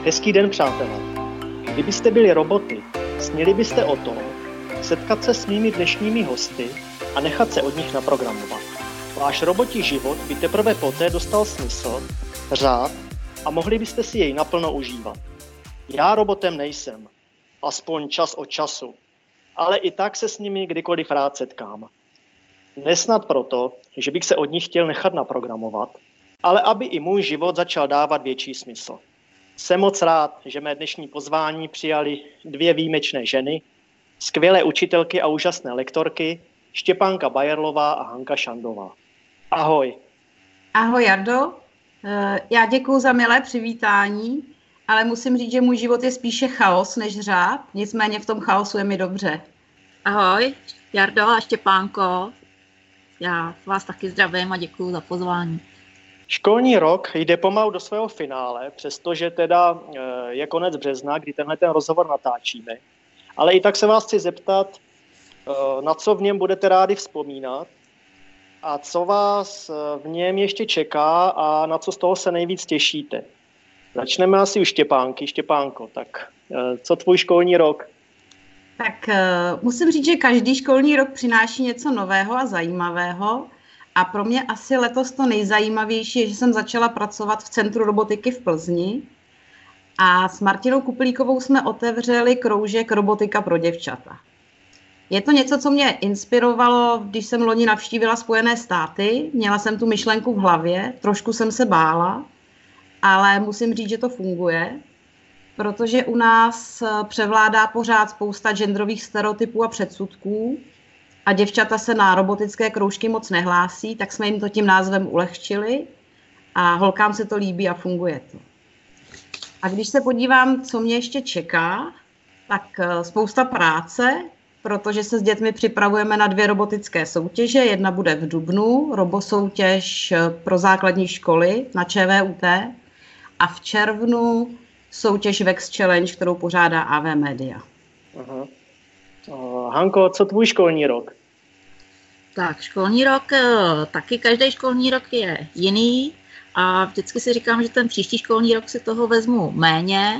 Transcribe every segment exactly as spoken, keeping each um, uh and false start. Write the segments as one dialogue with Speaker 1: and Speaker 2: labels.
Speaker 1: Hezký den, přátelé. Kdybyste byli roboty, snili byste o tom, setkat se s mými dnešními hosty a nechat se od nich naprogramovat. Váš robotí život by teprve poté dostal smysl, řád a mohli byste si jej naplno užívat. Já robotem nejsem, aspoň čas od času, ale i tak se s nimi kdykoliv rád setkám. Nesnad proto, že bych se od nich chtěl nechat naprogramovat, ale aby i můj život začal dávat větší smysl. Jsem moc rád, že mé dnešní pozvání přijali dvě výjimečné ženy, skvělé učitelky a úžasné lektorky, Štěpánka Bajerlová a Hanka Šandová. Ahoj.
Speaker 2: Ahoj, Jardo. Já děkuji za milé přivítání, ale musím říct, že můj život je spíše chaos než řád, nicméně v tom chaosu je mi dobře.
Speaker 3: Ahoj, Jardo a Štěpánko. Já vás taky zdravím a děkuji za pozvání.
Speaker 1: Školní rok jde pomalu do svého finále, přestože teda je konec března, kdy tenhle ten rozhovor natáčíme. Ale i tak se vás chci zeptat, na co v něm budete rádi vzpomínat a co vás v něm ještě čeká a na co z toho se nejvíc těšíte. Začneme asi u Štěpánky. Štěpánko, tak co tvůj školní rok?
Speaker 2: Tak musím říct, že každý školní rok přináší něco nového a zajímavého. A pro mě asi letos to nejzajímavější je, že jsem začala pracovat v Centru robotiky v Plzni a s Martinou Kuplíkovou jsme otevřeli kroužek Robotika pro děvčata. Je to něco, co mě inspirovalo, když jsem loni navštívila Spojené státy. Měla jsem tu myšlenku v hlavě, trošku jsem se bála, ale musím říct, že to funguje, protože u nás převládá pořád spousta genderových stereotypů a předsudků, a děvčata se na robotické kroužky moc nehlásí, tak jsme jim to tím názvem ulehčili a holkám se to líbí a funguje to. A když se podívám, co mě ještě čeká, tak spousta práce, protože se s dětmi připravujeme na dvě robotické soutěže. Jedna bude v dubnu, robosoutěž pro základní školy na ČVUT a v červnu soutěž Vex Challenge, kterou pořádá á vé Media.
Speaker 1: Aha. Hanko, co tvůj školní rok?
Speaker 3: Tak, školní rok, taky každý školní rok je jiný a vždycky si říkám, že ten příští školní rok si toho vezmu méně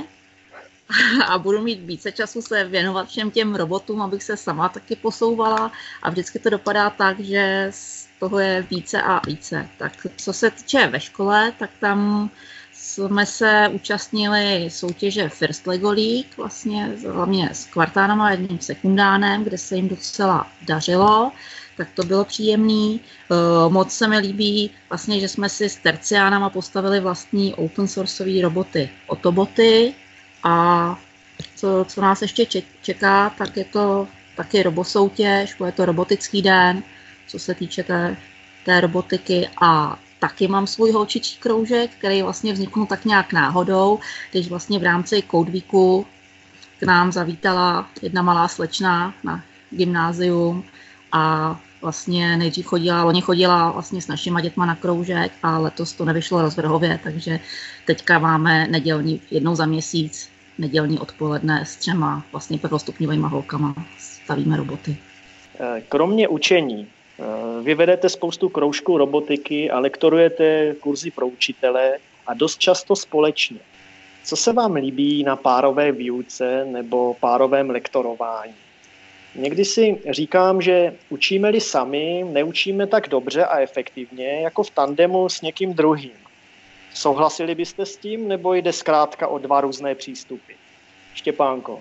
Speaker 3: a budu mít více času se věnovat všem těm robotům, abych se sama taky posouvala a vždycky to dopadá tak, že z toho je více a více. Tak co se týče ve škole, tak tam jsme se účastnili soutěže First Lego League, vlastně hlavně s kvartánama a jedním sekundánem, kde se jim docela dařilo, tak to bylo příjemný. Moc se mi líbí, vlastně, že jsme si s terciánama postavili vlastní open sourceové roboty Autoboty a co, co nás ještě čeká, tak je to taky robosoutěž, bude to robotický den, co se týče té, té robotiky a taky mám svůj holčičí kroužek, který vlastně vzniknul tak nějak náhodou, když vlastně v rámci Code Weeku k nám zavítala jedna malá slečna na gymnázium a vlastně nejdřív chodila, loni chodila vlastně s našima dětma na kroužek a letos to nevyšlo rozvrhově, takže teďka máme nedělní jednou za měsíc, nedělní odpoledne s třema vlastně prvostupňovými holkama stavíme roboty.
Speaker 1: Kromě učení, vy vedete spoustu kroužků robotiky a lektorujete kurzy pro učitele a dost často společně. Co se vám líbí na párové výuce nebo párovém lektorování? Někdy si říkám, že učíme-li sami, neučíme tak dobře a efektivně jako v tandemu s někým druhým. Souhlasili byste s tím, nebo jde zkrátka o dva různé přístupy? Štěpánko.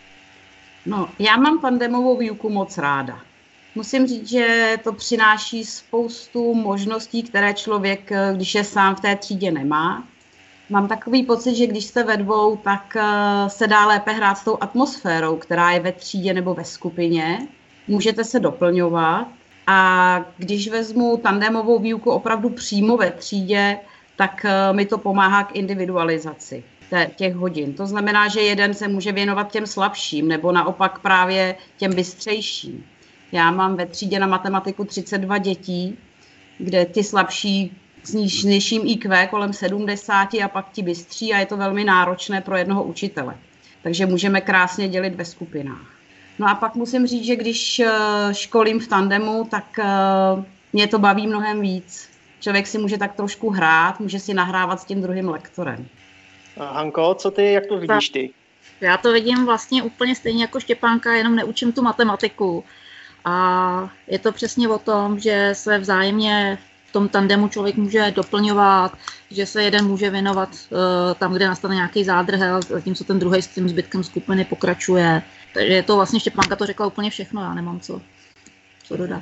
Speaker 2: No, já mám tandemovou výuku moc ráda. Musím říct, že to přináší spoustu možností, které člověk, když je sám v té třídě, nemá. Mám takový pocit, že když jste ve dvou, tak se dá lépe hrát s tou atmosférou, která je ve třídě nebo ve skupině. Můžete se doplňovat a když vezmu tandemovou výuku opravdu přímo ve třídě, tak mi to pomáhá k individualizaci těch hodin. To znamená, že jeden se může věnovat těm slabším nebo naopak právě těm bystřejším. Já mám ve třídě na matematiku třicet dva dětí, kde ty slabší s nižším í kvé kolem sedmdesát a pak ti bystří a je to velmi náročné pro jednoho učitele. Takže můžeme krásně dělit ve skupinách. No a pak musím říct, že když školím v tandemu, tak mě to baví mnohem víc. Člověk si může tak trošku hrát, může si nahrávat s tím druhým lektorem.
Speaker 1: Hanko, co ty, jak to vidíš ty?
Speaker 3: Já to vidím vlastně úplně stejně jako Štěpánka, jenom neučím tu matematiku. A je to přesně o tom, že se vzájemně v tom tandemu člověk může doplňovat, že se jeden může věnovat uh, tam, kde nastane nějaký zádrhel, zatímco ten druhý s tím zbytkem skupiny pokračuje. Takže je to vlastně, Štěpánka to řekla úplně všechno, já nemám co, co dodat.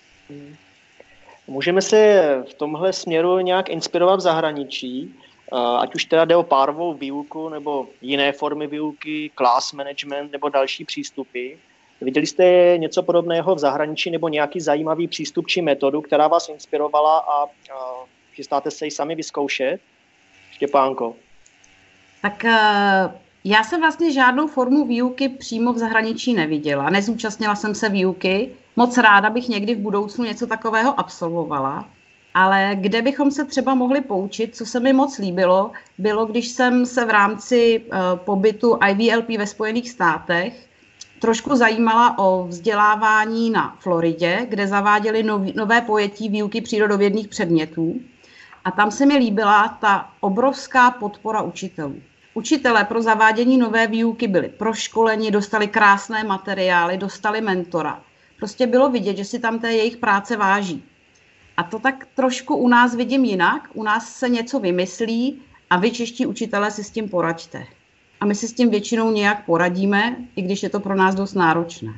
Speaker 1: Můžeme se v tomhle směru nějak inspirovat v zahraničí, ať už teda jde o párovou výuku nebo jiné formy výuky, class management nebo další přístupy. Viděli jste něco podobného v zahraničí nebo nějaký zajímavý přístup či metodu, která vás inspirovala a, a chystáte se ji sami vyzkoušet? Štěpánko.
Speaker 2: Tak já jsem vlastně žádnou formu výuky přímo v zahraničí neviděla. Nezúčastnila jsem se výuky. Moc ráda bych někdy v budoucnu něco takového absolvovala. Ale kde bychom se třeba mohli poučit, co se mi moc líbilo, bylo, když jsem se v rámci uh, pobytu I V L P ve Spojených státech trošku zajímala o vzdělávání na Floridě, kde zaváděli nov, nové pojetí výuky přírodovědných předmětů. A tam se mi líbila ta obrovská podpora učitelů. Učitelé pro zavádění nové výuky byli proškoleni, dostali krásné materiály, dostali mentora. Prostě bylo vidět, že si tam té jejich práce váží. A to tak trošku u nás vidím jinak. U nás se něco vymyslí a vy, čeští učitelé, si s tím poraďte. A my si s tím většinou nějak poradíme, i když je to pro nás dost náročné.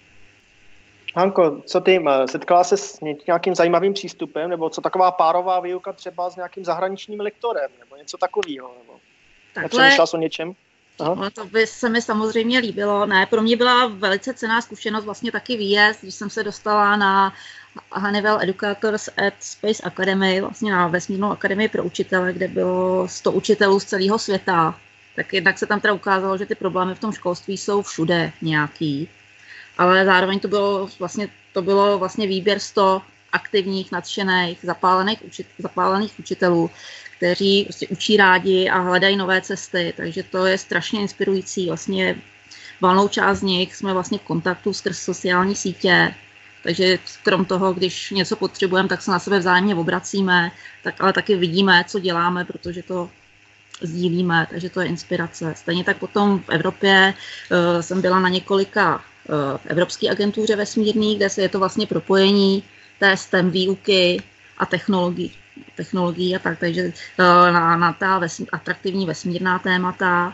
Speaker 1: Hanko, co ty, setkala se s nějakým zajímavým přístupem, nebo co taková párová výuka třeba s nějakým zahraničním lektorem, nebo něco takového? Nebo nepřemýšlela jsi o něčem? Aha.
Speaker 3: No, to by se mi samozřejmě líbilo. Ne, pro mě byla velice cenná zkušenost vlastně taky výjezd, když jsem se dostala na Honeywell Educators at Space Academy, vlastně na vesmírnou akademii pro učitele, kde bylo sto učitelů z celého světa. Tak jednak se tam teda ukázalo, že ty problémy v tom školství jsou všude nějaký. Ale zároveň to bylo vlastně, to bylo vlastně výběr sto aktivních, nadšených, zapálených, učit, zapálených učitelů, kteří prostě učí rádi a hledají nové cesty. Takže to je strašně inspirující. Vlastně valnou část z nich jsme vlastně v kontaktu skrz sociální sítě. Takže krom toho, když něco potřebujeme, tak se na sebe vzájemně obracíme, tak ale taky vidíme, co děláme, protože to sdílíme, takže to je inspirace. Stejně tak potom v Evropě uh, jsem byla na několika uh, evropské agentuře vesmírný, kde se je to vlastně propojení té STEM výuky a technologií. technologií a tak, takže uh, na, na ta vesm, atraktivní vesmírná témata.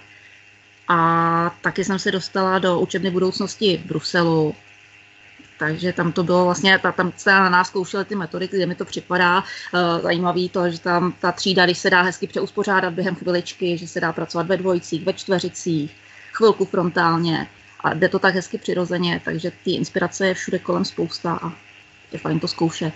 Speaker 3: A taky jsem se dostala do učebny budoucnosti v Bruselu. Takže tam to bylo vlastně, ta, tam se na nás zkoušely ty metodiky, kde mi to připadá uh, zajímavý to, že tam ta třída, když se dá hezky přeuspořádat během chviličky, že se dá pracovat ve dvojicích, ve čtveřicích, chvilku frontálně a jde to tak hezky přirozeně, takže ty inspirace je všude kolem spousta a je fajn to zkoušet.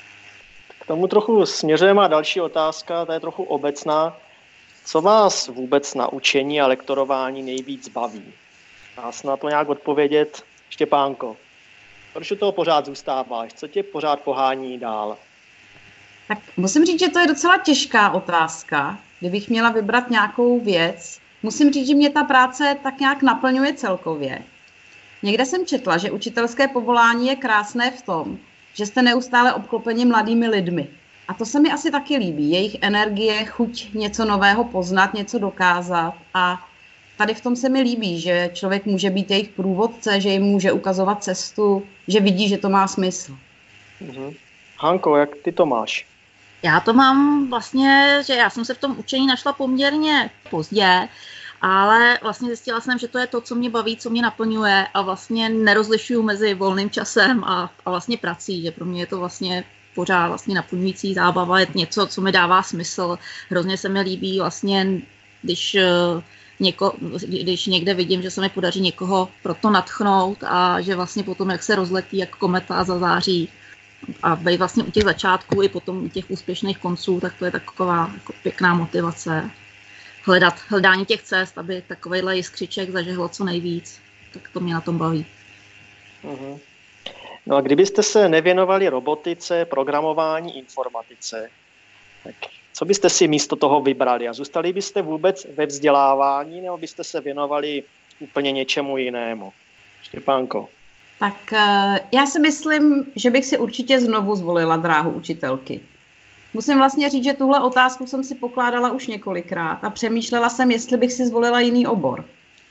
Speaker 1: K tomu trochu směřuje má další otázka, ta je trochu obecná. Co vás vůbec na učení a lektorování nejvíc baví? Dá se na to nějak odpovědět, Štěpánko? Proč u toho pořád zůstáváš? Co tě pořád pohání dál?
Speaker 2: Tak musím říct, že to je docela těžká otázka. Kdybych měla vybrat nějakou věc, musím říct, že mě ta práce tak nějak naplňuje celkově. Někde jsem četla, že učitelské povolání je krásné v tom, že jste neustále obklopeni mladými lidmi. A to se mi asi taky líbí. Jejich energie, chuť něco nového poznat, něco dokázat. A tady v tom se mi líbí, že člověk může být jejich průvodce, že jim může ukazovat cestu, že vidí, že to má smysl.
Speaker 1: Mhm. Hanko, jak ty to máš?
Speaker 3: Já to mám vlastně, že já jsem se v tom učení našla poměrně pozdě, ale vlastně zjistila jsem, že to je to, co mě baví, co mě naplňuje a vlastně nerozlišuju mezi volným časem a, a vlastně prací, že pro mě je to vlastně pořád vlastně naplňující zábava, je něco, co mi dává smysl. Hrozně se mi líbí vlastně, když, něko, když někde vidím, že se mi podaří někoho pro to nadchnout a že vlastně potom, jak se rozletí, jak kometa zazáří a být vlastně u těch začátků i potom u těch úspěšných konců, tak to je taková jako pěkná motivace. Hledat, hledání těch cest, aby takovejhle jiskřiček zažehlo co nejvíc, tak to mě na tom baví.
Speaker 1: Uh-huh. No a kdybyste se nevěnovali robotice, programování, informatice, tak co byste si místo toho vybrali? A zůstali byste vůbec ve vzdělávání, nebo byste se věnovali úplně něčemu jinému? Štěpánko.
Speaker 2: Tak já si myslím, že bych si určitě znovu zvolila dráhu učitelky. Musím vlastně říct, že tuhle otázku jsem si pokládala už několikrát a přemýšlela jsem, jestli bych si zvolila jiný obor.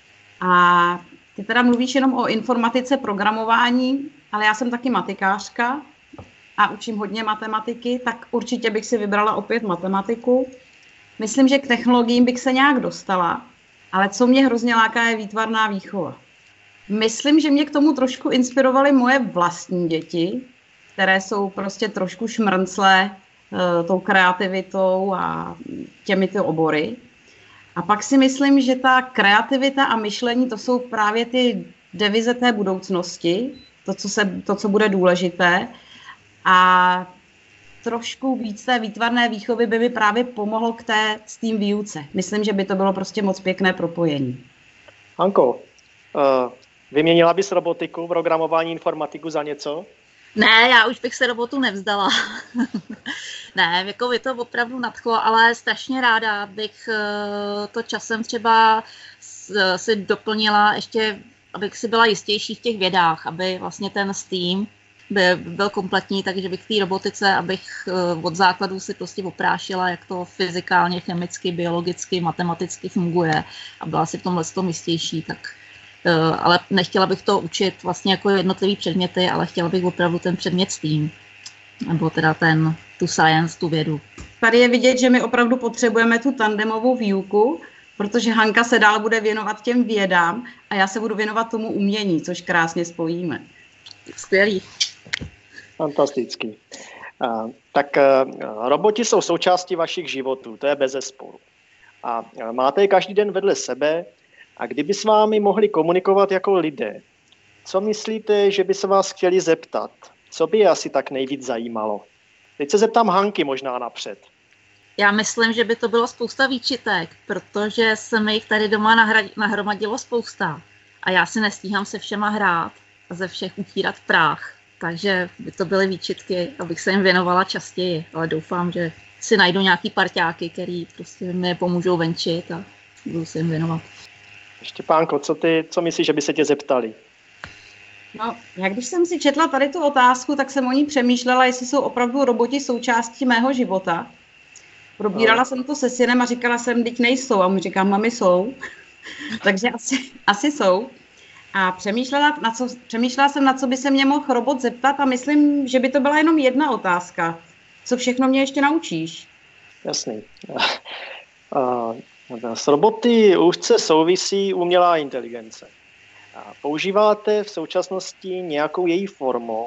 Speaker 2: A ty teda mluvíš jenom o informatice, programování, ale já jsem taky matikářka a učím hodně matematiky, tak určitě bych si vybrala opět matematiku. Myslím, že k technologiím bych se nějak dostala, ale co mě hrozně láká, je výtvarná výchova. Myslím, že mě k tomu trošku inspirovaly moje vlastní děti, které jsou prostě trošku šmrnclé e, tou kreativitou a těmito obory. A pak si myslím, že ta kreativita a myšlení, to jsou právě ty devize té budoucnosti, to, co, se, to, co bude důležité. A trošku víc té výtvarné výchovy by mi právě pomohlo k té s tím výuce. Myslím, že by to bylo prostě moc pěkné propojení.
Speaker 1: Hanko, uh, vyměnila bys robotiku, programování, informatiku za něco?
Speaker 3: Ne, já už bych se robotu nevzdala. Ne, jako by to opravdu nadchlo, ale strašně ráda bych to časem třeba si doplnila ještě, abych si byla jistější v těch vědách, aby vlastně ten STEAM by byl kompletní, takže bych v té robotice, abych od základů si prostě oprášila, jak to fyzikálně, chemicky, biologicky, matematicky funguje a byla si v tomhle tom jistější, tak ale nechtěla bych to učit vlastně jako jednotlivý předměty, ale chtěla bych opravdu ten předmět STEAM, nebo teda ten, tu science, tu vědu.
Speaker 2: Tady je vidět, že my opravdu potřebujeme tu tandemovou výuku, protože Hanka se dál bude věnovat těm vědám a já se budu věnovat tomu umění, což krásně spojíme.
Speaker 3: Skvělý.
Speaker 1: Fantastický. Uh, tak uh, roboti jsou součástí vašich životů, to je bezesporu. A uh, máte je každý den vedle sebe a kdyby s vámi mohli komunikovat jako lidé, co myslíte, že by se vás chtěli zeptat? Co by je asi tak nejvíc zajímalo? Teď se zeptám Hanky možná napřed.
Speaker 3: Já myslím, že by to bylo spousta výčitek, protože se mi jich tady doma nahra- nahromadilo spousta. A já si nestíhám se všema hrát a ze všech utírat prach. Takže by to byly výčitky, abych se jim věnovala častěji. Ale doufám, že si najdu nějaký parťáky, který prostě mi pomůžou venčit a budu se jim věnovat.
Speaker 1: Štěpánko, co ty, co myslíš, že by se tě zeptali?
Speaker 2: No, jak když jsem si četla tady tu otázku, tak jsem o ní přemýšlela, jestli jsou opravdu roboti součástí mého života. Probírala no. jsem to se synem a říkala jsem, teď nejsou. A mu říkám, mami, jsou. Takže asi, asi jsou. A přemýšlela, na co, přemýšlela jsem, na co by se mě mohl robot zeptat a myslím, že by to byla jenom jedna otázka. Co všechno mě ještě naučíš?
Speaker 1: Jasný. S roboty úzce souvisí umělá inteligence. Používáte v současnosti nějakou její formou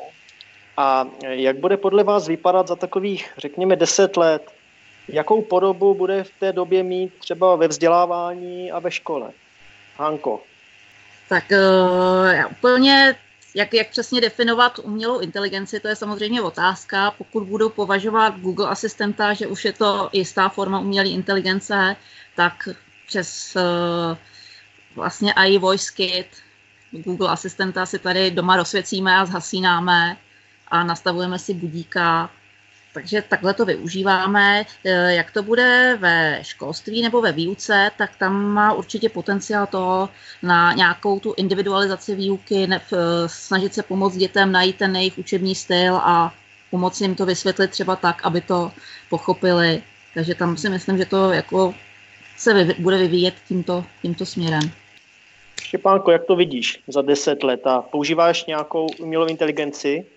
Speaker 1: a jak bude podle vás vypadat za takových, řekněme, deset let? Jakou podobu bude v té době mít třeba ve vzdělávání a ve škole? Hanko.
Speaker 3: Tak uh, já úplně, jak, jak přesně definovat umělou inteligenci, to je samozřejmě otázka. Pokud budu považovat Google asistenta, že už je to jistá forma umělé inteligence, tak přes uh, vlastně i Voice Kit, Google asistenta si tady doma rozsvěcíme a zhasínáme a nastavujeme si budíka. Takže takhle to využíváme. Jak to bude ve školství nebo ve výuce, tak tam má určitě potenciál to na nějakou tu individualizaci výuky, ne, snažit se pomoct dětem najít ten jejich učební styl a pomoci jim to vysvětlit třeba tak, aby to pochopili. Takže tam si myslím, že to jako se vyvi- bude vyvíjet tímto, tímto směrem.
Speaker 1: Štěpánko, jak to vidíš za deset let a používáš nějakou umělou inteligenci?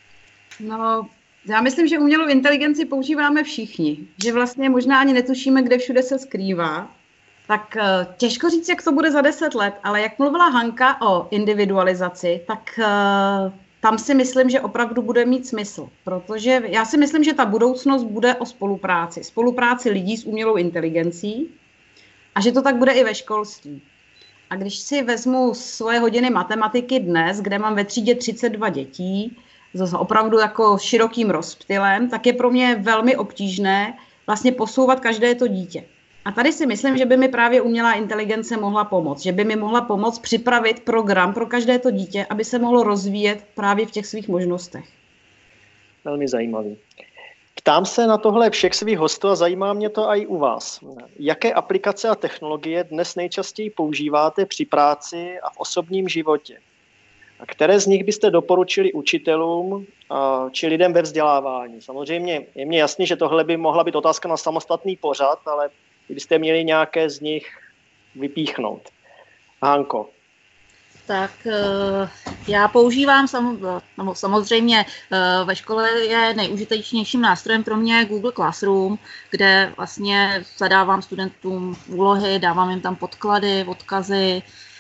Speaker 2: No, já myslím, že umělou inteligenci používáme všichni. Že vlastně možná ani netušíme, kde všude se skrývá. Tak uh, těžko říct, jak to bude za deset let, ale jak mluvila Hanka o individualizaci, tak uh, tam si myslím, že opravdu bude mít smysl. Protože já si myslím, že ta budoucnost bude o spolupráci. Spolupráci lidí s umělou inteligencí a že to tak bude i ve školství. A když si vezmu svoje hodiny matematiky dnes, kde mám ve třídě třicet dva dětí, s opravdu jako širokým rozptylem, tak je pro mě velmi obtížné vlastně posouvat každé to dítě. A tady si myslím, že by mi právě umělá inteligence mohla pomoct. Že by mi mohla pomoct připravit program pro každé to dítě, aby se mohlo rozvíjet právě v těch svých možnostech.
Speaker 1: Velmi zajímavý. Ptám se na tohle všech svých hostů a zajímá mě to i u vás. Jaké aplikace a technologie dnes nejčastěji používáte při práci a v osobním životě? A které z nich byste doporučili učitelům či lidem ve vzdělávání? Samozřejmě je mně jasný, že tohle by mohla být otázka na samostatný pořad, ale kdybyste měli nějaké z nich vypíchnout. Hanko.
Speaker 3: Tak já používám samozřejmě, ve škole je nejužitečnějším nástrojem pro mě Google Classroom, kde vlastně zadávám studentům úlohy, dávám jim tam podklady, odkazy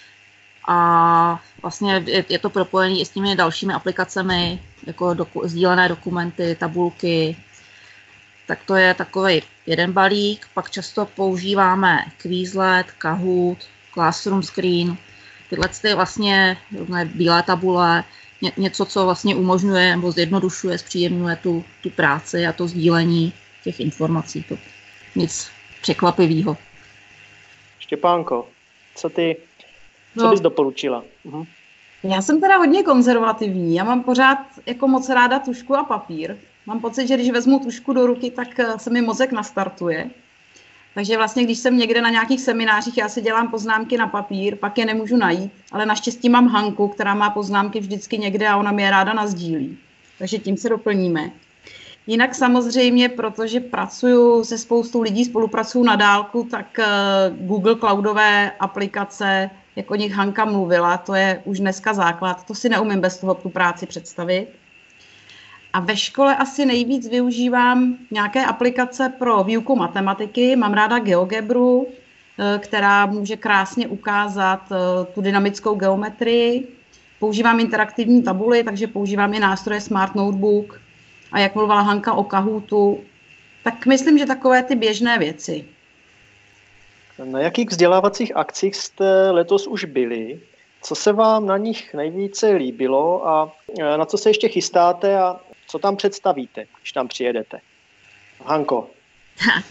Speaker 3: a vlastně je to propojené i s těmi dalšími aplikacemi, jako doku, sdílené dokumenty, tabulky. Tak to je takový jeden balík. Pak často používáme Quizlet, Kahoot, Classroom Screen. Tyhle ty vlastně bílé tabule, ně, něco, co vlastně umožňuje nebo zjednodušuje, zpříjemňuje tu, tu práci a to sdílení těch informací. To nic překvapivého.
Speaker 1: Štěpánko, co ty, co
Speaker 2: no,
Speaker 1: bys doporučila? Mhm.
Speaker 2: Já jsem teda hodně konzervativní. Já mám pořád jako moc ráda tužku a papír. Mám pocit, že když vezmu tužku do ruky, tak se mi mozek nastartuje. Takže vlastně, když jsem někde na nějakých seminářích, já si dělám poznámky na papír, pak je nemůžu najít, ale naštěstí mám Hanku, která má poznámky vždycky někde a ona mi je ráda nasdílí. Takže tím se doplníme. Jinak samozřejmě, protože pracuju se spoustou lidí, spolupracuju na dálku, tak Google Cloudové aplikace, jak o nich Hanka mluvila, to je už dneska základ. To si neumím bez toho tu práci představit. A ve škole asi nejvíc využívám nějaké aplikace pro výuku matematiky. Mám ráda GeoGebru, která může krásně ukázat tu dynamickou geometrii. Používám interaktivní tabuly, takže používám i nástroje Smart Notebook. A jak mluvila Hanka o Kahootu, tak myslím, že takové ty běžné věci.
Speaker 1: Na jakých vzdělávacích akcích jste letos už byli? Co se vám na nich nejvíce líbilo a na co se ještě chystáte a co tam představíte, když tam přijedete? Hanko.
Speaker 3: Tak,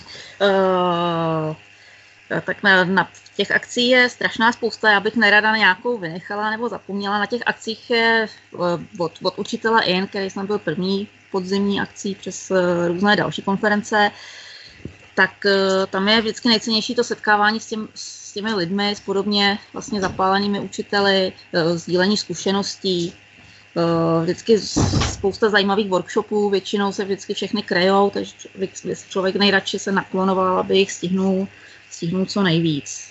Speaker 3: uh, tak na, na těch akcí je strašná spousta, já bych nerada na nějakou vynechala nebo zapomněla. Na těch akcích je od, od učitele I N, který jsem byl první podzimní akcí přes různé další konference, tak uh, tam je vždycky nejcennější to setkávání s, těm, s těmi lidmi, s podobně vlastně zapálenými učiteli, uh, sdílení zkušeností. Vždycky spousta zajímavých workshopů, většinou se vždycky všechny krejou, takže člověk nejradši se naklonoval, aby jich stihnul, stihnul co nejvíc.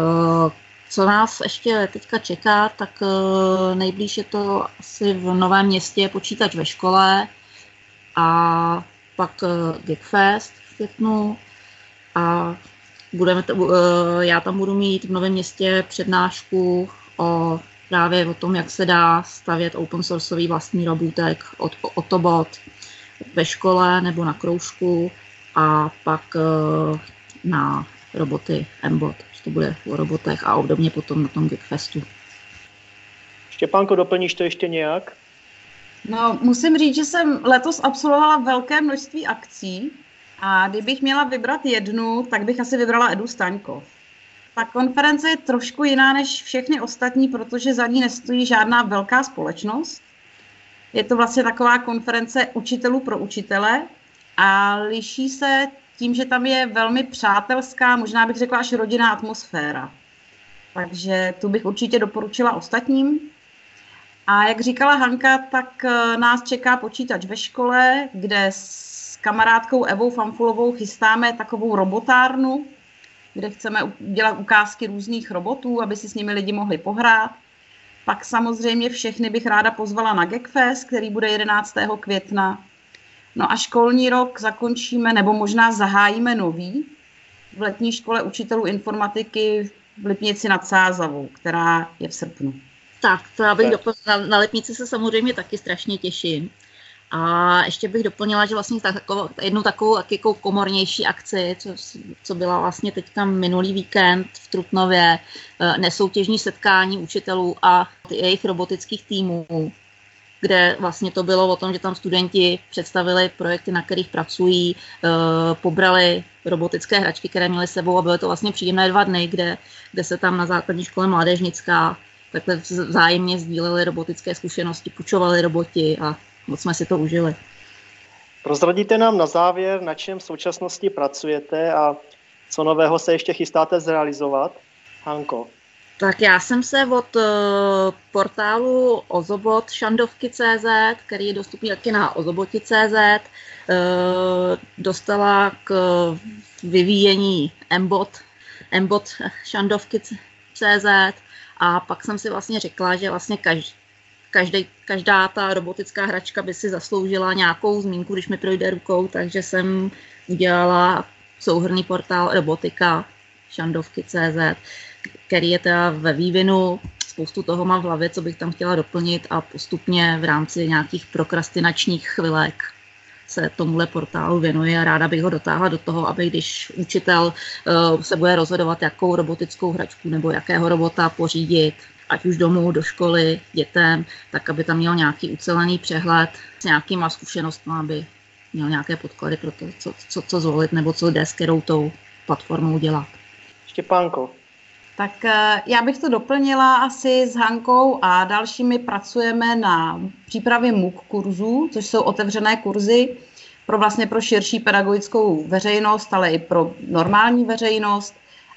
Speaker 3: Co nás ještě teďka čeká, tak nejblíž je to asi v Novém Městě počítač ve škole a pak Geekfest v květnu a budeme t- já tam budu mít v Novém Městě přednášku o právě o tom, jak se dá stavět open sourceový vlastní robůtek od Autobot ve škole nebo na kroužku a pak na roboty M-Bot, to bude o robotech a obdobně potom na tom Geekfestu.
Speaker 1: Štěpánko, doplníš to ještě nějak?
Speaker 2: No, musím říct, že jsem letos absolvovala velké množství akcí a kdybych měla vybrat jednu, tak bych asi vybrala Edu Staňkov. Ta konference je trošku jiná než všechny ostatní, protože za ní nestojí žádná velká společnost. Je to vlastně taková konference učitelů pro učitele a liší se tím, že tam je velmi přátelská, možná bych řekla až rodinná atmosféra. Takže tu bych určitě doporučila ostatním. A jak říkala Hanka, tak nás čeká počítač ve škole, kde s kamarádkou Evou Famfulovou chystáme takovou robotárnu, kde chceme dělat ukázky různých robotů, aby si s nimi lidi mohli pohrát. Pak samozřejmě všechny bych ráda pozvala na Geekfest, který bude jedenáctého května. No a školní rok zakončíme, nebo možná zahájíme nový v letní škole učitelů informatiky v Lipnici nad Sázavou, která je v srpnu.
Speaker 3: Tak, to já bych doplnila, na, na Lipnici se samozřejmě taky strašně těším. A ještě bych doplnila, že vlastně takovou, jednu takovou jako komornější akci, co, co byla vlastně teďka minulý víkend v Trutnově, nesoutěžní setkání učitelů a jejich robotických týmů, kde vlastně to bylo o tom, že tam studenti představili projekty, na kterých pracují, pobrali robotické hračky, které měli s sebou a byly to vlastně příjemné dva dny, kde, kde se tam na základní škole Mládežnická takhle vzájemně sdíleli robotické zkušenosti, půjčovali roboti a moc jsme si to užili.
Speaker 1: Prozradíte nám na závěr, na čem v současnosti pracujete a co nového se ještě chystáte zrealizovat? Hanko.
Speaker 3: Tak já jsem se od uh, portálu ozobot šandovky tečka cé zet, který je dostupný taky na ozoboti tečka cé zet, uh, dostala k vyvíjení mbot, mbot šandovky tečka cé zet a pak jsem si vlastně řekla, že vlastně každý, každý, každá ta robotická hračka by si zasloužila nějakou zmínku, když mi projde rukou, takže jsem udělala souhrnný portál robotika šandovky tečka cé zet, který je teda ve vývinu, spoustu toho mám v hlavě, co bych tam chtěla doplnit a postupně v rámci nějakých prokrastinačních chvilek se tomuhle portálu věnuje a ráda bych ho dotáhla do toho, aby když učitel uh, se bude rozhodovat, jakou robotickou hračku nebo jakého robota pořídit, ať už domů, do školy, dětem, tak aby tam měl nějaký ucelený přehled s nějakýma zkušenostmi, aby měl nějaké podklady pro to, co, co, co zvolit nebo co jde s kterou tou platformou dělat.
Speaker 1: Štěpánko.
Speaker 2: Tak já bych to doplnila asi s Hankou a dalšími pracujeme na přípravě MOOC kurzů, což jsou otevřené kurzy pro vlastně pro širší pedagogickou veřejnost, ale i pro normální veřejnost.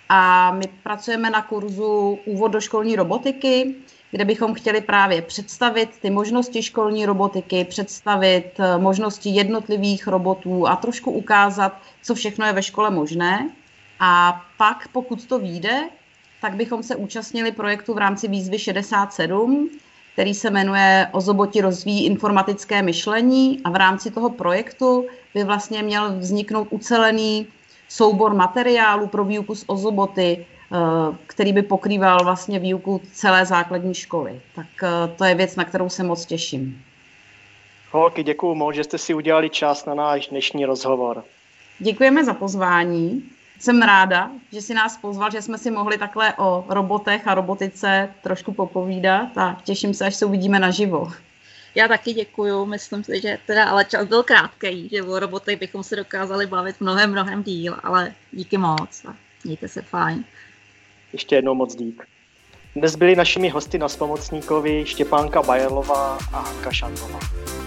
Speaker 2: A my pracujeme na kurzu Úvod do školní robotiky, kde bychom chtěli právě představit ty možnosti školní robotiky, představit možnosti jednotlivých robotů a trošku ukázat, co všechno je ve škole možné. A pak, pokud to vyjde, tak bychom se účastnili projektu v rámci výzvy šedesát sedm, který se jmenuje Ozoboti rozvíjí informatické myšlení a v rámci toho projektu by vlastně měl vzniknout ucelený soubor materiálů pro výuku z ozoboty, který by pokrýval vlastně výuku celé základní školy. Tak to je věc, na kterou se moc těším.
Speaker 1: Holky, děkuju moc, že jste si udělali čas na náš dnešní rozhovor.
Speaker 2: Děkujeme za pozvání. Jsem ráda, že si nás pozval, že jsme si mohli takhle o robotech a robotice trošku popovídat a těším se, až se uvidíme naživo.
Speaker 3: Já taky děkuju, myslím si, že teda ale čas byl krátký, že o robotech bychom se dokázali bavit mnohem, mnohem díl, ale díky moc a mějte se fajn.
Speaker 1: Ještě jednou moc dík. Dnes byli našimi hosty na Spomocníkovi Štěpánka Bajerlová a Hanka Šantová.